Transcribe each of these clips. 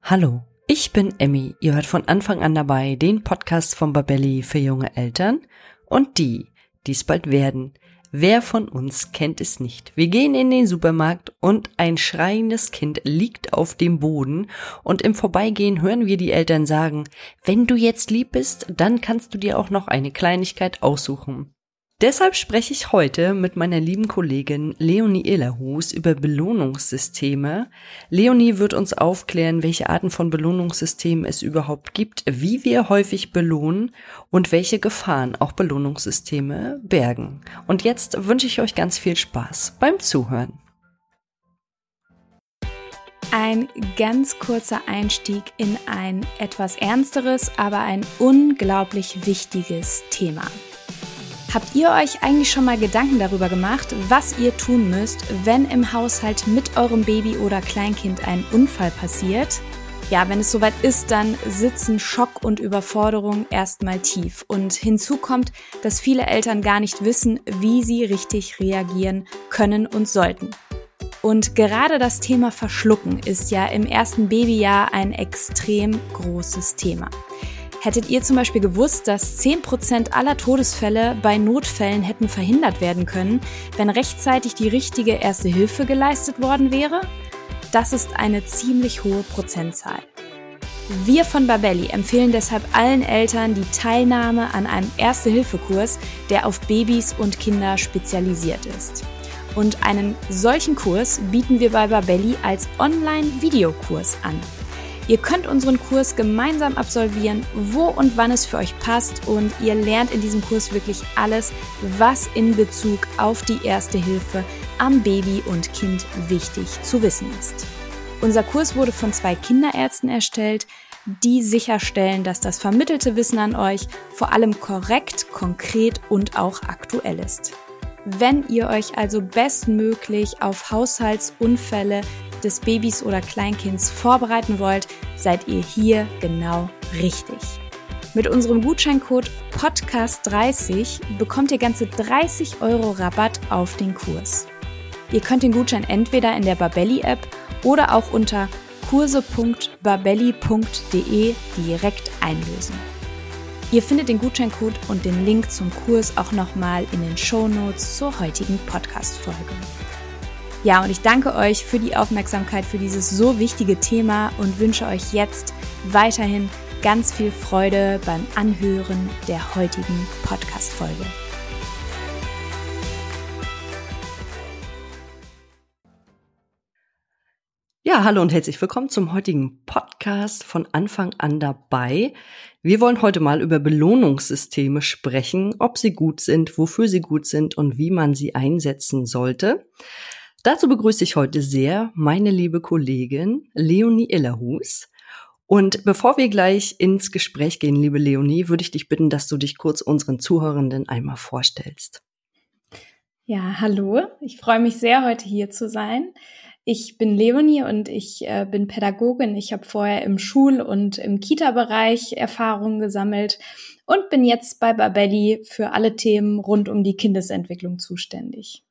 Hallo, ich bin Emmy. Ihr hört von Anfang an dabei den Podcast von Babelli für junge Eltern und die es bald werden. Wer von uns kennt es nicht? Wir gehen in den Supermarkt und ein schreiendes Kind liegt auf dem Boden und im Vorbeigehen hören wir die Eltern sagen, wenn du jetzt lieb bist, dann kannst du dir auch noch eine Kleinigkeit aussuchen. Deshalb spreche ich heute mit meiner lieben Kollegin Leonie Illerhus über Belohnungssysteme. Leonie wird uns aufklären, welche Arten von Belohnungssystemen es überhaupt gibt, wie wir häufig belohnen und welche Gefahren auch Belohnungssysteme bergen. Und jetzt wünsche ich euch ganz viel Spaß beim Zuhören. Ein ganz kurzer Einstieg in ein etwas ernsteres, aber ein unglaublich wichtiges Thema. Habt ihr euch eigentlich schon mal Gedanken darüber gemacht, was ihr tun müsst, wenn im Haushalt mit eurem Baby oder Kleinkind ein Unfall passiert? Ja, wenn es soweit ist, dann sitzen Schock und Überforderung erstmal tief. Und hinzu kommt, dass viele Eltern gar nicht wissen, wie sie richtig reagieren können und sollten. Und gerade das Thema Verschlucken ist ja im ersten Babyjahr ein extrem großes Thema. Hättet ihr zum Beispiel gewusst, dass 10% aller Todesfälle bei Notfällen hätten verhindert werden können, wenn rechtzeitig die richtige Erste Hilfe geleistet worden wäre? Das ist eine ziemlich hohe Prozentzahl. Wir von Babelli empfehlen deshalb allen Eltern die Teilnahme an einem Erste-Hilfe-Kurs, der auf Babys und Kinder spezialisiert ist. Und einen solchen Kurs bieten wir bei Babelli als Online-Videokurs an. Ihr könnt unseren Kurs gemeinsam absolvieren, wo und wann es für euch passt, und ihr lernt in diesem Kurs wirklich alles, was in Bezug auf die Erste Hilfe am Baby und Kind wichtig zu wissen ist. Unser Kurs wurde von 2 Kinderärzten erstellt, die sicherstellen, dass das vermittelte Wissen an euch vor allem korrekt, konkret und auch aktuell ist. Wenn ihr euch also bestmöglich auf Haushaltsunfälle des Babys oder Kleinkinds vorbereiten wollt, seid ihr hier genau richtig. Mit unserem Gutscheincode PODCAST30 bekommt ihr ganze 30 € Rabatt auf den Kurs. Ihr könnt den Gutschein entweder in der Babelli-App oder auch unter kurse.babelli.de direkt einlösen. Ihr findet den Gutscheincode und den Link zum Kurs auch nochmal in den Shownotes zur heutigen Podcast-Folge. Ja, und ich danke euch für die Aufmerksamkeit für dieses so wichtige Thema und wünsche euch jetzt weiterhin ganz viel Freude beim Anhören der heutigen Podcast-Folge. Ja, hallo und herzlich willkommen zum heutigen Podcast von Anfang an dabei. Wir wollen heute mal über Belohnungssysteme sprechen, ob sie gut sind, wofür sie gut sind und wie man sie einsetzen sollte. Dazu begrüße ich heute sehr meine liebe Kollegin Leonie Illerhus. Und bevor wir gleich ins Gespräch gehen, liebe Leonie, würde ich dich bitten, dass du dich kurz unseren Zuhörenden einmal vorstellst. Ja, hallo. Ich freue mich sehr, heute hier zu sein. Ich bin Leonie und ich bin Pädagogin. Ich habe vorher im Schul- und im Kita-Bereich Erfahrungen gesammelt und bin jetzt bei Babelli für alle Themen rund um die Kindesentwicklung zuständig.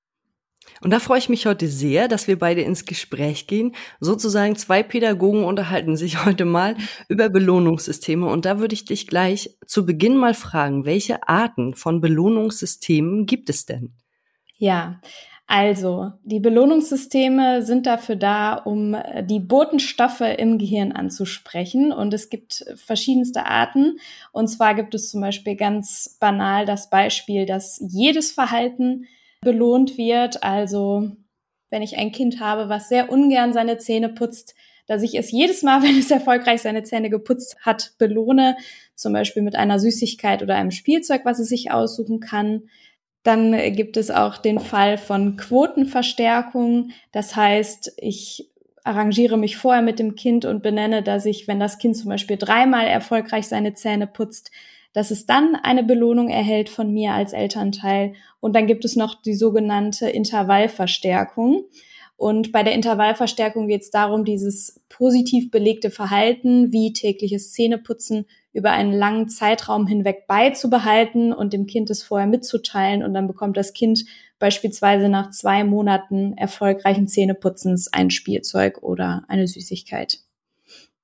Und da freue ich mich heute sehr, dass wir beide ins Gespräch gehen. Sozusagen 2 Pädagogen unterhalten sich heute mal über Belohnungssysteme. Und da würde ich dich gleich zu Beginn mal fragen, welche Arten von Belohnungssystemen gibt es denn? Ja, also die Belohnungssysteme sind dafür da, um die Botenstoffe im Gehirn anzusprechen. Und es gibt verschiedenste Arten. Und zwar gibt es zum Beispiel ganz banal das Beispiel, dass jedes Verhalten belohnt wird. Also wenn ich ein Kind habe, was sehr ungern seine Zähne putzt, dass ich es jedes Mal, wenn es erfolgreich seine Zähne geputzt hat, belohne, zum Beispiel mit einer Süßigkeit oder einem Spielzeug, was es sich aussuchen kann. Dann gibt es auch den Fall von Quotenverstärkung. Das heißt, ich arrangiere mich vorher mit dem Kind und benenne, dass ich, wenn das Kind zum Beispiel 3-mal erfolgreich seine Zähne putzt, dass es dann eine Belohnung erhält von mir als Elternteil. Und dann gibt es noch die sogenannte Intervallverstärkung. Und bei der Intervallverstärkung geht es darum, dieses positiv belegte Verhalten wie tägliches Zähneputzen über einen langen Zeitraum hinweg beizubehalten und dem Kind es vorher mitzuteilen. Und dann bekommt das Kind beispielsweise nach 2 Monaten erfolgreichen Zähneputzens ein Spielzeug oder eine Süßigkeit.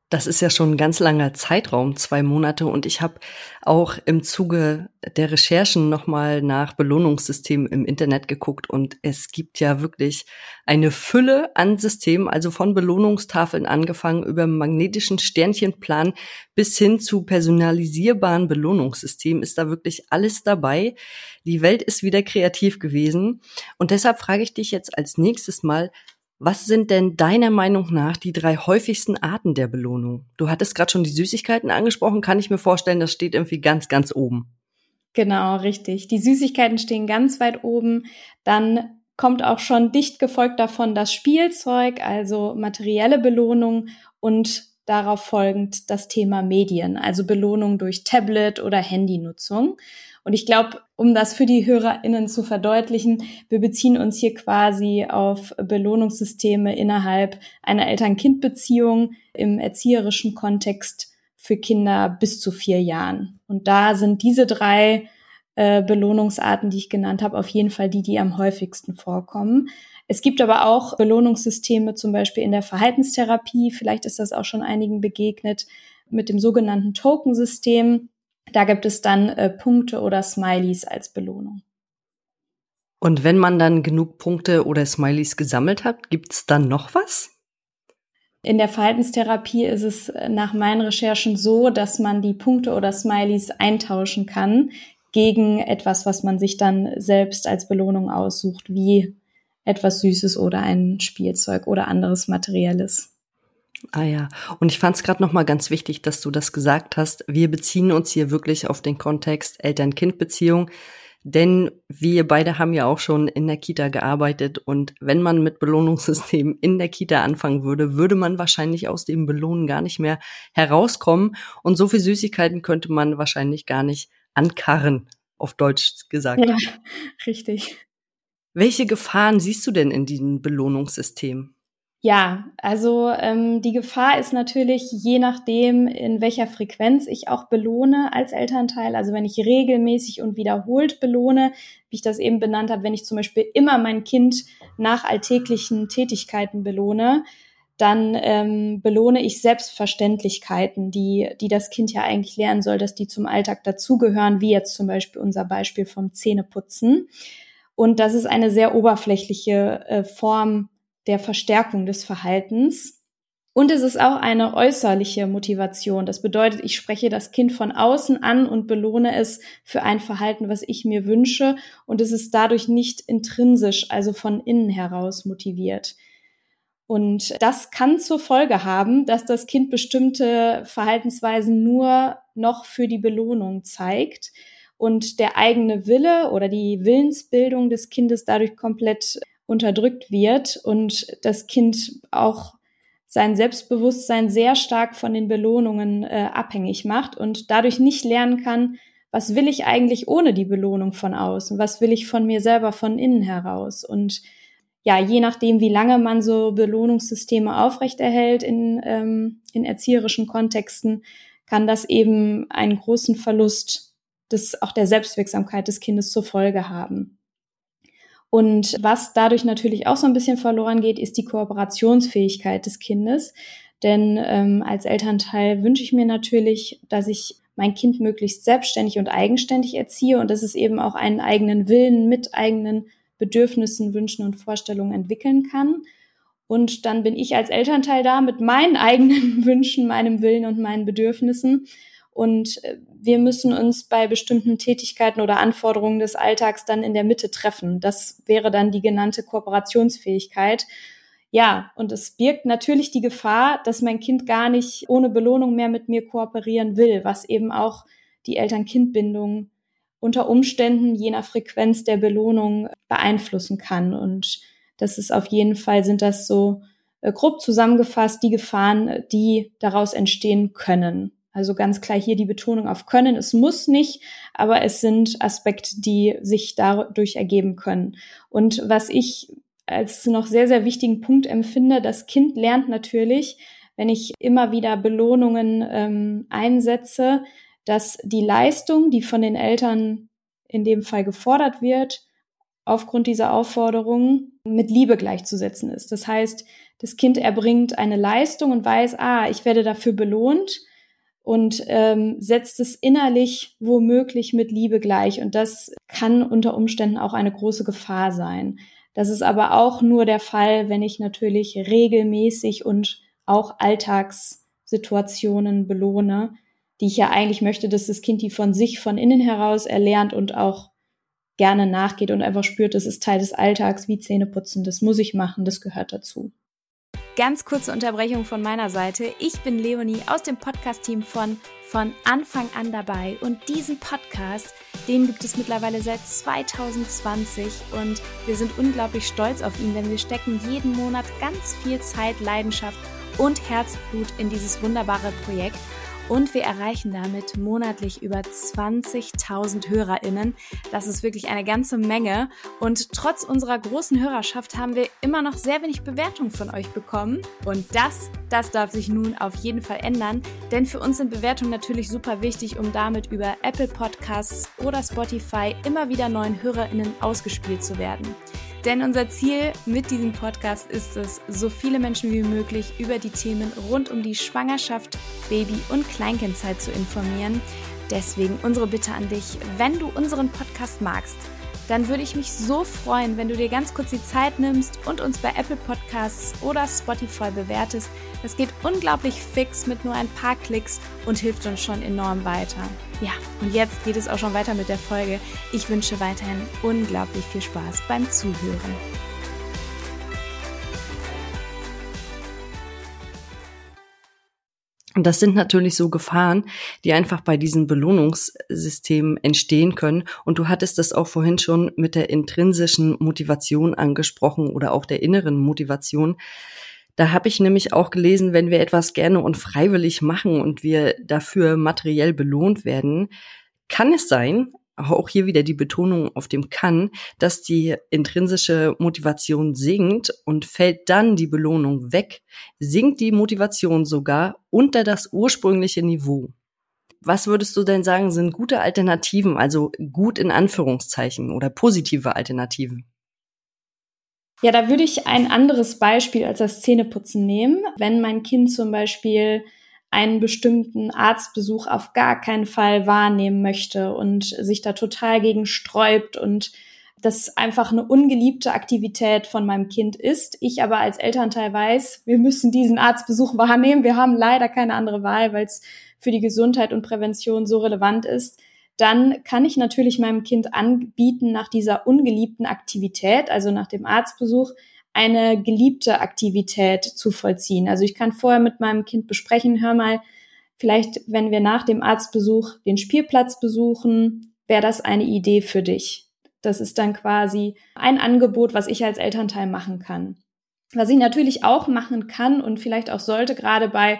Das ist ja schon ein ganz langer Zeitraum, 2 Monate. Und ich habe auch im Zuge der Recherchen nochmal nach Belohnungssystemen im Internet geguckt. Und es gibt ja wirklich eine Fülle an Systemen, also von Belohnungstafeln angefangen über magnetischen Sternchenplan bis hin zu personalisierbaren Belohnungssystemen ist da wirklich alles dabei. Die Welt ist wieder kreativ gewesen. Und deshalb frage ich dich jetzt als nächstes mal, was sind denn deiner Meinung nach die 3 häufigsten Arten der Belohnung? Du hattest gerade schon die Süßigkeiten angesprochen, kann ich mir vorstellen, das steht irgendwie ganz, ganz oben. Genau, richtig. Die Süßigkeiten stehen ganz weit oben. Dann kommt auch schon dicht gefolgt davon das Spielzeug, also materielle Belohnung und darauf folgend das Thema Medien, also Belohnung durch Tablet oder Handynutzung. Und ich glaube, um das für die HörerInnen zu verdeutlichen, wir beziehen uns hier quasi auf Belohnungssysteme innerhalb einer Eltern-Kind-Beziehung im erzieherischen Kontext für Kinder bis zu 4 Jahren. Und da sind diese 3 Belohnungsarten, die ich genannt habe, auf jeden Fall die am häufigsten vorkommen. Es gibt aber auch Belohnungssysteme, zum Beispiel in der Verhaltenstherapie, vielleicht ist das auch schon einigen begegnet, mit dem sogenannten Token-System. Da gibt es dann Punkte oder Smileys als Belohnung. Und wenn man dann genug Punkte oder Smileys gesammelt hat, gibt's dann noch was? In der Verhaltenstherapie ist es nach meinen Recherchen so, dass man die Punkte oder Smileys eintauschen kann gegen etwas, was man sich dann selbst als Belohnung aussucht, wie etwas Süßes oder ein Spielzeug oder anderes Materielles. Ah ja, und ich fand es gerade noch mal ganz wichtig, dass du das gesagt hast. Wir beziehen uns hier wirklich auf den Kontext Eltern-Kind-Beziehung, denn wir beide haben ja auch schon in der Kita gearbeitet und wenn man mit Belohnungssystemen in der Kita anfangen würde, würde man wahrscheinlich aus dem Belohnen gar nicht mehr herauskommen und so viel Süßigkeiten könnte man wahrscheinlich gar nicht ankarren, auf Deutsch gesagt. Ja, richtig. Welche Gefahren siehst du denn in diesem Belohnungssystem? Ja, also die Gefahr ist natürlich, je nachdem, in welcher Frequenz ich auch belohne als Elternteil. Also wenn ich regelmäßig und wiederholt belohne, wie ich das eben benannt habe, wenn ich zum Beispiel immer mein Kind nach alltäglichen Tätigkeiten belohne, dann belohne ich Selbstverständlichkeiten, die das Kind ja eigentlich lernen soll, dass die zum Alltag dazugehören, wie jetzt zum Beispiel unser Beispiel vom Zähneputzen. Und das ist eine sehr oberflächliche Form der Verstärkung des Verhaltens. Und es ist auch eine äußerliche Motivation. Das bedeutet, ich spreche das Kind von außen an und belohne es für ein Verhalten, was ich mir wünsche. Und es ist dadurch nicht intrinsisch, also von innen heraus motiviert. Und das kann zur Folge haben, dass das Kind bestimmte Verhaltensweisen nur noch für die Belohnung zeigt und der eigene Wille oder die Willensbildung des Kindes dadurch komplett unterdrückt wird und das Kind auch sein Selbstbewusstsein sehr stark von den Belohnungen abhängig macht und dadurch nicht lernen kann, was will ich eigentlich ohne die Belohnung von außen, was will ich von mir selber von innen heraus. Und ja, je nachdem, wie lange man so Belohnungssysteme aufrechterhält in erzieherischen Kontexten, kann das eben einen großen Verlust auch der Selbstwirksamkeit des Kindes zur Folge haben. Und was dadurch natürlich auch so ein bisschen verloren geht, ist die Kooperationsfähigkeit des Kindes. Denn als Elternteil wünsche ich mir natürlich, dass ich mein Kind möglichst selbstständig und eigenständig erziehe und dass es eben auch einen eigenen Willen mit eigenen Bedürfnissen, Wünschen und Vorstellungen entwickeln kann. Und dann bin ich als Elternteil da mit meinen eigenen Wünschen, meinem Willen und meinen Bedürfnissen. Und wir müssen uns bei bestimmten Tätigkeiten oder Anforderungen des Alltags dann in der Mitte treffen. Das wäre dann die genannte Kooperationsfähigkeit. Ja, und es birgt natürlich die Gefahr, dass mein Kind gar nicht ohne Belohnung mehr mit mir kooperieren will, was eben auch die Eltern-Kind-Bindung unter Umständen je nach Frequenz der Belohnung beeinflussen kann. Und das ist auf jeden Fall, sind das so grob zusammengefasst die Gefahren, die daraus entstehen können. Also ganz klar hier die Betonung auf können. Es muss nicht, aber es sind Aspekte, die sich dadurch ergeben können. Und was ich als noch sehr, sehr wichtigen Punkt empfinde, das Kind lernt natürlich, wenn ich immer wieder Belohnungen einsetze, dass die Leistung, die von den Eltern in dem Fall gefordert wird, aufgrund dieser Aufforderungen mit Liebe gleichzusetzen ist. Das heißt, das Kind erbringt eine Leistung und weiß, ich werde dafür belohnt und setzt es innerlich womöglich mit Liebe gleich. Und das kann unter Umständen auch eine große Gefahr sein. Das ist aber auch nur der Fall, wenn ich natürlich regelmäßig und auch Alltagssituationen belohne, die ich ja eigentlich möchte, dass das Kind die von sich von innen heraus erlernt und auch gerne nachgeht und einfach spürt, das ist Teil des Alltags, wie Zähneputzen, das muss ich machen, das gehört dazu. Ganz kurze Unterbrechung von meiner Seite. Ich bin Leonie aus dem Podcast-Team von Anfang an dabei und diesen Podcast, den gibt es mittlerweile seit 2020 und wir sind unglaublich stolz auf ihn, denn wir stecken jeden Monat ganz viel Zeit, Leidenschaft und Herzblut in dieses wunderbare Projekt. Und wir erreichen damit monatlich über 20.000 HörerInnen. Das ist wirklich eine ganze Menge. Und trotz unserer großen Hörerschaft haben wir immer noch sehr wenig Bewertung von euch bekommen. Und das darf sich nun auf jeden Fall ändern. Denn für uns sind Bewertungen natürlich super wichtig, um damit über Apple Podcasts oder Spotify immer wieder neuen HörerInnen ausgespielt zu werden. Denn unser Ziel mit diesem Podcast ist es, so viele Menschen wie möglich über die Themen rund um die Schwangerschaft, Baby- und Kleinkindzeit zu informieren. Deswegen unsere Bitte an dich, wenn du unseren Podcast magst, dann würde ich mich so freuen, wenn du dir ganz kurz die Zeit nimmst und uns bei Apple Podcasts oder Spotify bewertest. Das geht unglaublich fix mit nur ein paar Klicks und hilft uns schon enorm weiter. Ja, und jetzt geht es auch schon weiter mit der Folge. Ich wünsche weiterhin unglaublich viel Spaß beim Zuhören. Und das sind natürlich so Gefahren, die einfach bei diesen Belohnungssystemen entstehen können. Und du hattest das auch vorhin schon mit der intrinsischen Motivation angesprochen oder auch der inneren Motivation. Da habe ich nämlich auch gelesen, wenn wir etwas gerne und freiwillig machen und wir dafür materiell belohnt werden, kann es sein, auch hier wieder die Betonung auf dem kann, dass die intrinsische Motivation sinkt und fällt dann die Belohnung weg, sinkt die Motivation sogar unter das ursprüngliche Niveau. Was würdest du denn sagen, sind gute Alternativen, also gut in Anführungszeichen oder positive Alternativen? Ja, da würde ich ein anderes Beispiel als das Zähneputzen nehmen. Wenn mein Kind zum Beispiel einen bestimmten Arztbesuch auf gar keinen Fall wahrnehmen möchte und sich da total gegen sträubt und das einfach eine ungeliebte Aktivität von meinem Kind ist. Ich aber als Elternteil weiß, wir müssen diesen Arztbesuch wahrnehmen. Wir haben leider keine andere Wahl, weil es für die Gesundheit und Prävention so relevant ist. Dann kann ich natürlich meinem Kind anbieten, nach dieser ungeliebten Aktivität, also nach dem Arztbesuch, eine geliebte Aktivität zu vollziehen. Also ich kann vorher mit meinem Kind besprechen, hör mal, vielleicht, wenn wir nach dem Arztbesuch den Spielplatz besuchen, wäre das eine Idee für dich. Das ist dann quasi ein Angebot, was ich als Elternteil machen kann. Was ich natürlich auch machen kann und vielleicht auch sollte, gerade bei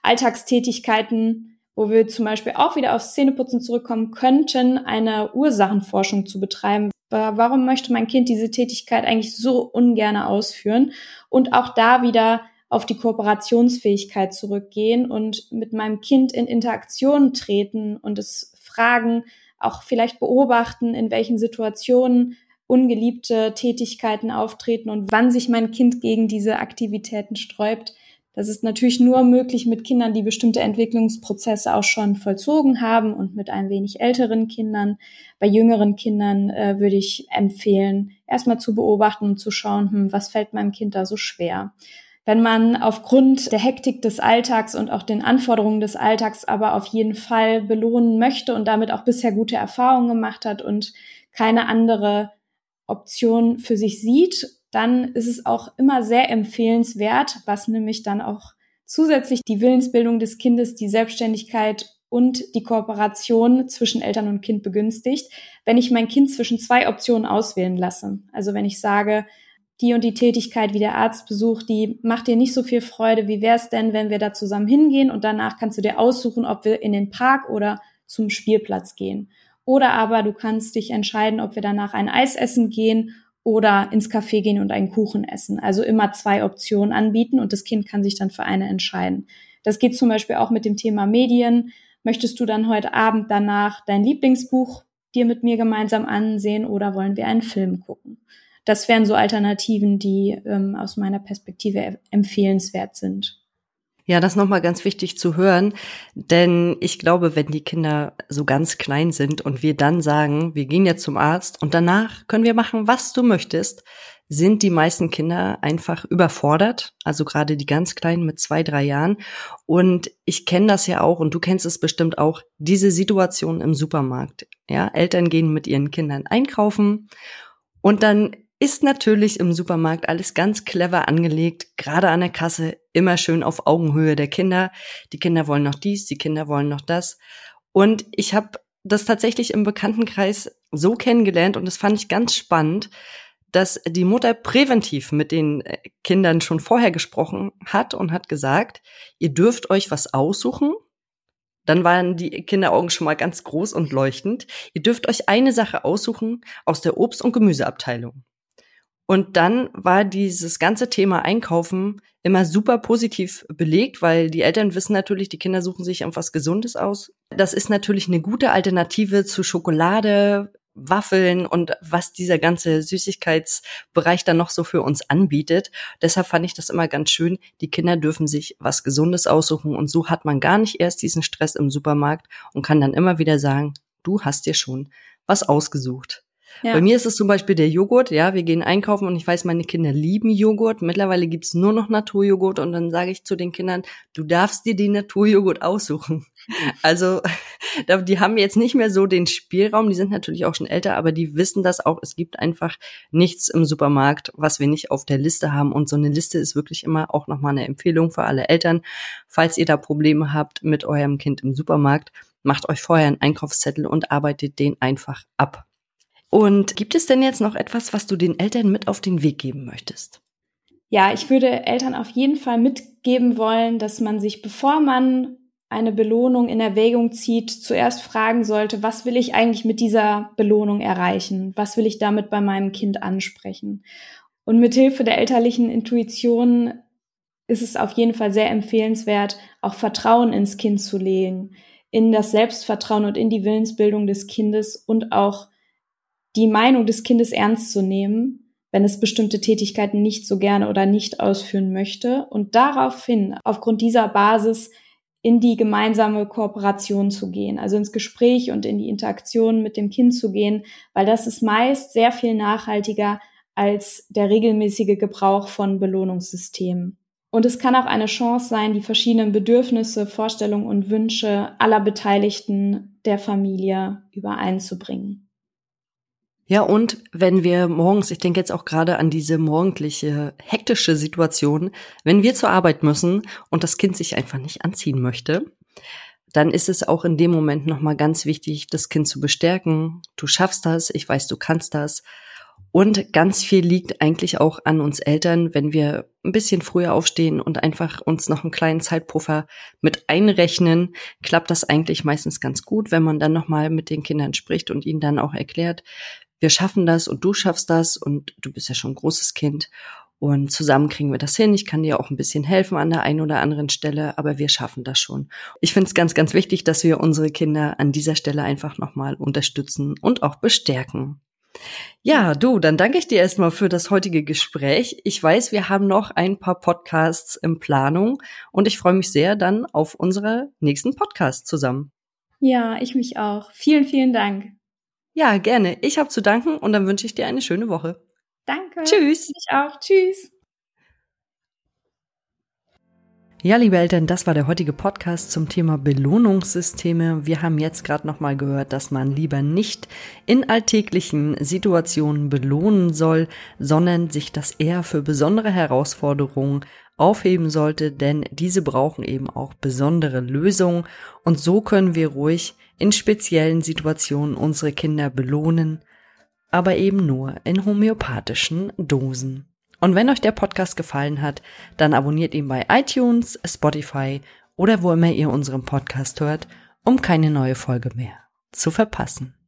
Alltagstätigkeiten, wo wir zum Beispiel auch wieder aufs Zähneputzen zurückkommen könnten, eine Ursachenforschung zu betreiben. Warum möchte mein Kind diese Tätigkeit eigentlich so ungern ausführen? Und auch da wieder auf die Kooperationsfähigkeit zurückgehen und mit meinem Kind in Interaktion treten und es fragen, auch vielleicht beobachten, in welchen Situationen ungeliebte Tätigkeiten auftreten und wann sich mein Kind gegen diese Aktivitäten sträubt. Das ist natürlich nur möglich mit Kindern, die bestimmte Entwicklungsprozesse auch schon vollzogen haben und mit ein wenig älteren Kindern. Bei jüngeren Kindern würde ich empfehlen, erstmal zu beobachten und zu schauen, was fällt meinem Kind da so schwer. Wenn man aufgrund der Hektik des Alltags und auch den Anforderungen des Alltags aber auf jeden Fall belohnen möchte und damit auch bisher gute Erfahrungen gemacht hat und keine andere Option für sich sieht, dann ist es auch immer sehr empfehlenswert, was nämlich dann auch zusätzlich die Willensbildung des Kindes, die Selbstständigkeit und die Kooperation zwischen Eltern und Kind begünstigt, wenn ich mein Kind zwischen zwei Optionen auswählen lasse. Also wenn ich sage, die und die Tätigkeit wie der Arztbesuch, die macht dir nicht so viel Freude, wie wäre es denn, wenn wir da zusammen hingehen und danach kannst du dir aussuchen, ob wir in den Park oder zum Spielplatz gehen. Oder aber du kannst dich entscheiden, ob wir danach ein Eis essen gehen oder ins Café gehen und einen Kuchen essen. Also immer zwei Optionen anbieten und das Kind kann sich dann für eine entscheiden. Das geht zum Beispiel auch mit dem Thema Medien. Möchtest du dann heute Abend danach dein Lieblingsbuch dir mit mir gemeinsam ansehen oder wollen wir einen Film gucken? das wären so Alternativen, die aus meiner Perspektive empfehlenswert sind. Ja, das ist nochmal ganz wichtig zu hören, denn ich glaube, wenn die Kinder so ganz klein sind und wir dann sagen, wir gehen jetzt zum Arzt und danach können wir machen, was du möchtest, sind die meisten Kinder einfach überfordert, also gerade die ganz Kleinen mit 2, 3 Jahren. Und ich kenne das ja auch und du kennst es bestimmt auch, diese Situation im Supermarkt. Ja, Eltern gehen mit ihren Kindern einkaufen und dann ist natürlich im Supermarkt alles ganz clever angelegt, gerade an der Kasse immer schön auf Augenhöhe der Kinder. Die Kinder wollen noch dies, die Kinder wollen noch das. Und ich habe das tatsächlich im Bekanntenkreis so kennengelernt und das fand ich ganz spannend, dass die Mutter präventiv mit den Kindern schon vorher gesprochen hat und hat gesagt, ihr dürft euch was aussuchen. Dann waren die Kinderaugen schon mal ganz groß und leuchtend. Ihr dürft euch eine Sache aussuchen aus der Obst- und Gemüseabteilung. Und dann war dieses ganze Thema Einkaufen immer super positiv belegt, weil die Eltern wissen natürlich, die Kinder suchen sich etwas Gesundes aus. Das ist natürlich eine gute Alternative zu Schokolade, Waffeln und was dieser ganze Süßigkeitsbereich dann noch so für uns anbietet. Deshalb fand ich das immer ganz schön. Die Kinder dürfen sich was Gesundes aussuchen und so hat man gar nicht erst diesen Stress im Supermarkt und kann dann immer wieder sagen, du hast dir schon was ausgesucht. Ja. Bei mir ist es zum Beispiel der Joghurt, ja, wir gehen einkaufen und ich weiß, meine Kinder lieben Joghurt. Mittlerweile gibt's nur noch Naturjoghurt und dann sage ich zu den Kindern, du darfst dir den Naturjoghurt aussuchen. Also die haben jetzt nicht mehr so den Spielraum, die sind natürlich auch schon älter, aber die wissen das auch, es gibt einfach nichts im Supermarkt, was wir nicht auf der Liste haben und so eine Liste ist wirklich immer auch nochmal eine Empfehlung für alle Eltern. Falls ihr da Probleme habt mit eurem Kind im Supermarkt, macht euch vorher einen Einkaufszettel und arbeitet den einfach ab. Und gibt es denn jetzt noch etwas, was du den Eltern mit auf den Weg geben möchtest? Ja, ich würde Eltern auf jeden Fall mitgeben wollen, dass man sich, bevor man eine Belohnung in Erwägung zieht, zuerst fragen sollte, was will ich eigentlich mit dieser Belohnung erreichen? Was will ich damit bei meinem Kind ansprechen? Und mithilfe der elterlichen Intuition ist es auf jeden Fall sehr empfehlenswert, auch Vertrauen ins Kind zu legen, in das Selbstvertrauen und in die Willensbildung des Kindes und auch die Meinung des Kindes ernst zu nehmen, wenn es bestimmte Tätigkeiten nicht so gerne oder nicht ausführen möchte und daraufhin, aufgrund dieser Basis, in die gemeinsame Kooperation zu gehen, also ins Gespräch und in die Interaktion mit dem Kind zu gehen, weil das ist meist sehr viel nachhaltiger als der regelmäßige Gebrauch von Belohnungssystemen. Und es kann auch eine Chance sein, die verschiedenen Bedürfnisse, Vorstellungen und Wünsche aller Beteiligten der Familie übereinzubringen. Ja, und wenn wir morgens, ich denke jetzt auch gerade an diese morgendliche, hektische Situation, wenn wir zur Arbeit müssen und das Kind sich einfach nicht anziehen möchte, dann ist es auch in dem Moment nochmal ganz wichtig, das Kind zu bestärken. Du schaffst das, ich weiß, du kannst das. Und ganz viel liegt eigentlich auch an uns Eltern, wenn wir ein bisschen früher aufstehen und einfach uns noch einen kleinen Zeitpuffer mit einrechnen, klappt das eigentlich meistens ganz gut, wenn man dann nochmal mit den Kindern spricht und ihnen dann auch erklärt, wir schaffen das und du schaffst das und du bist ja schon ein großes Kind und zusammen kriegen wir das hin. Ich kann dir auch ein bisschen helfen an der einen oder anderen Stelle, aber wir schaffen das schon. Ich finde es ganz, ganz wichtig, dass wir unsere Kinder an dieser Stelle einfach nochmal unterstützen und auch bestärken. Ja, du, dann danke ich dir erstmal für das heutige Gespräch. Ich weiß, wir haben noch ein paar Podcasts in Planung und ich freue mich sehr dann auf unsere nächsten Podcasts zusammen. Ja, ich mich auch. Vielen, vielen Dank. Ja, gerne. Ich habe zu danken und dann wünsche ich dir eine schöne Woche. Danke. Tschüss. Ich auch. Tschüss. Ja, liebe Eltern, das war der heutige Podcast zum Thema Belohnungssysteme. Wir haben jetzt gerade nochmal gehört, dass man lieber nicht in alltäglichen Situationen belohnen soll, sondern sich das eher für besondere Herausforderungen aufheben sollte, denn diese brauchen eben auch besondere Lösungen und so können wir ruhig in speziellen Situationen unsere Kinder belohnen, aber eben nur in homöopathischen Dosen. Und wenn euch der Podcast gefallen hat, dann abonniert ihn bei iTunes, Spotify oder wo immer ihr unseren Podcast hört, um keine neue Folge mehr zu verpassen.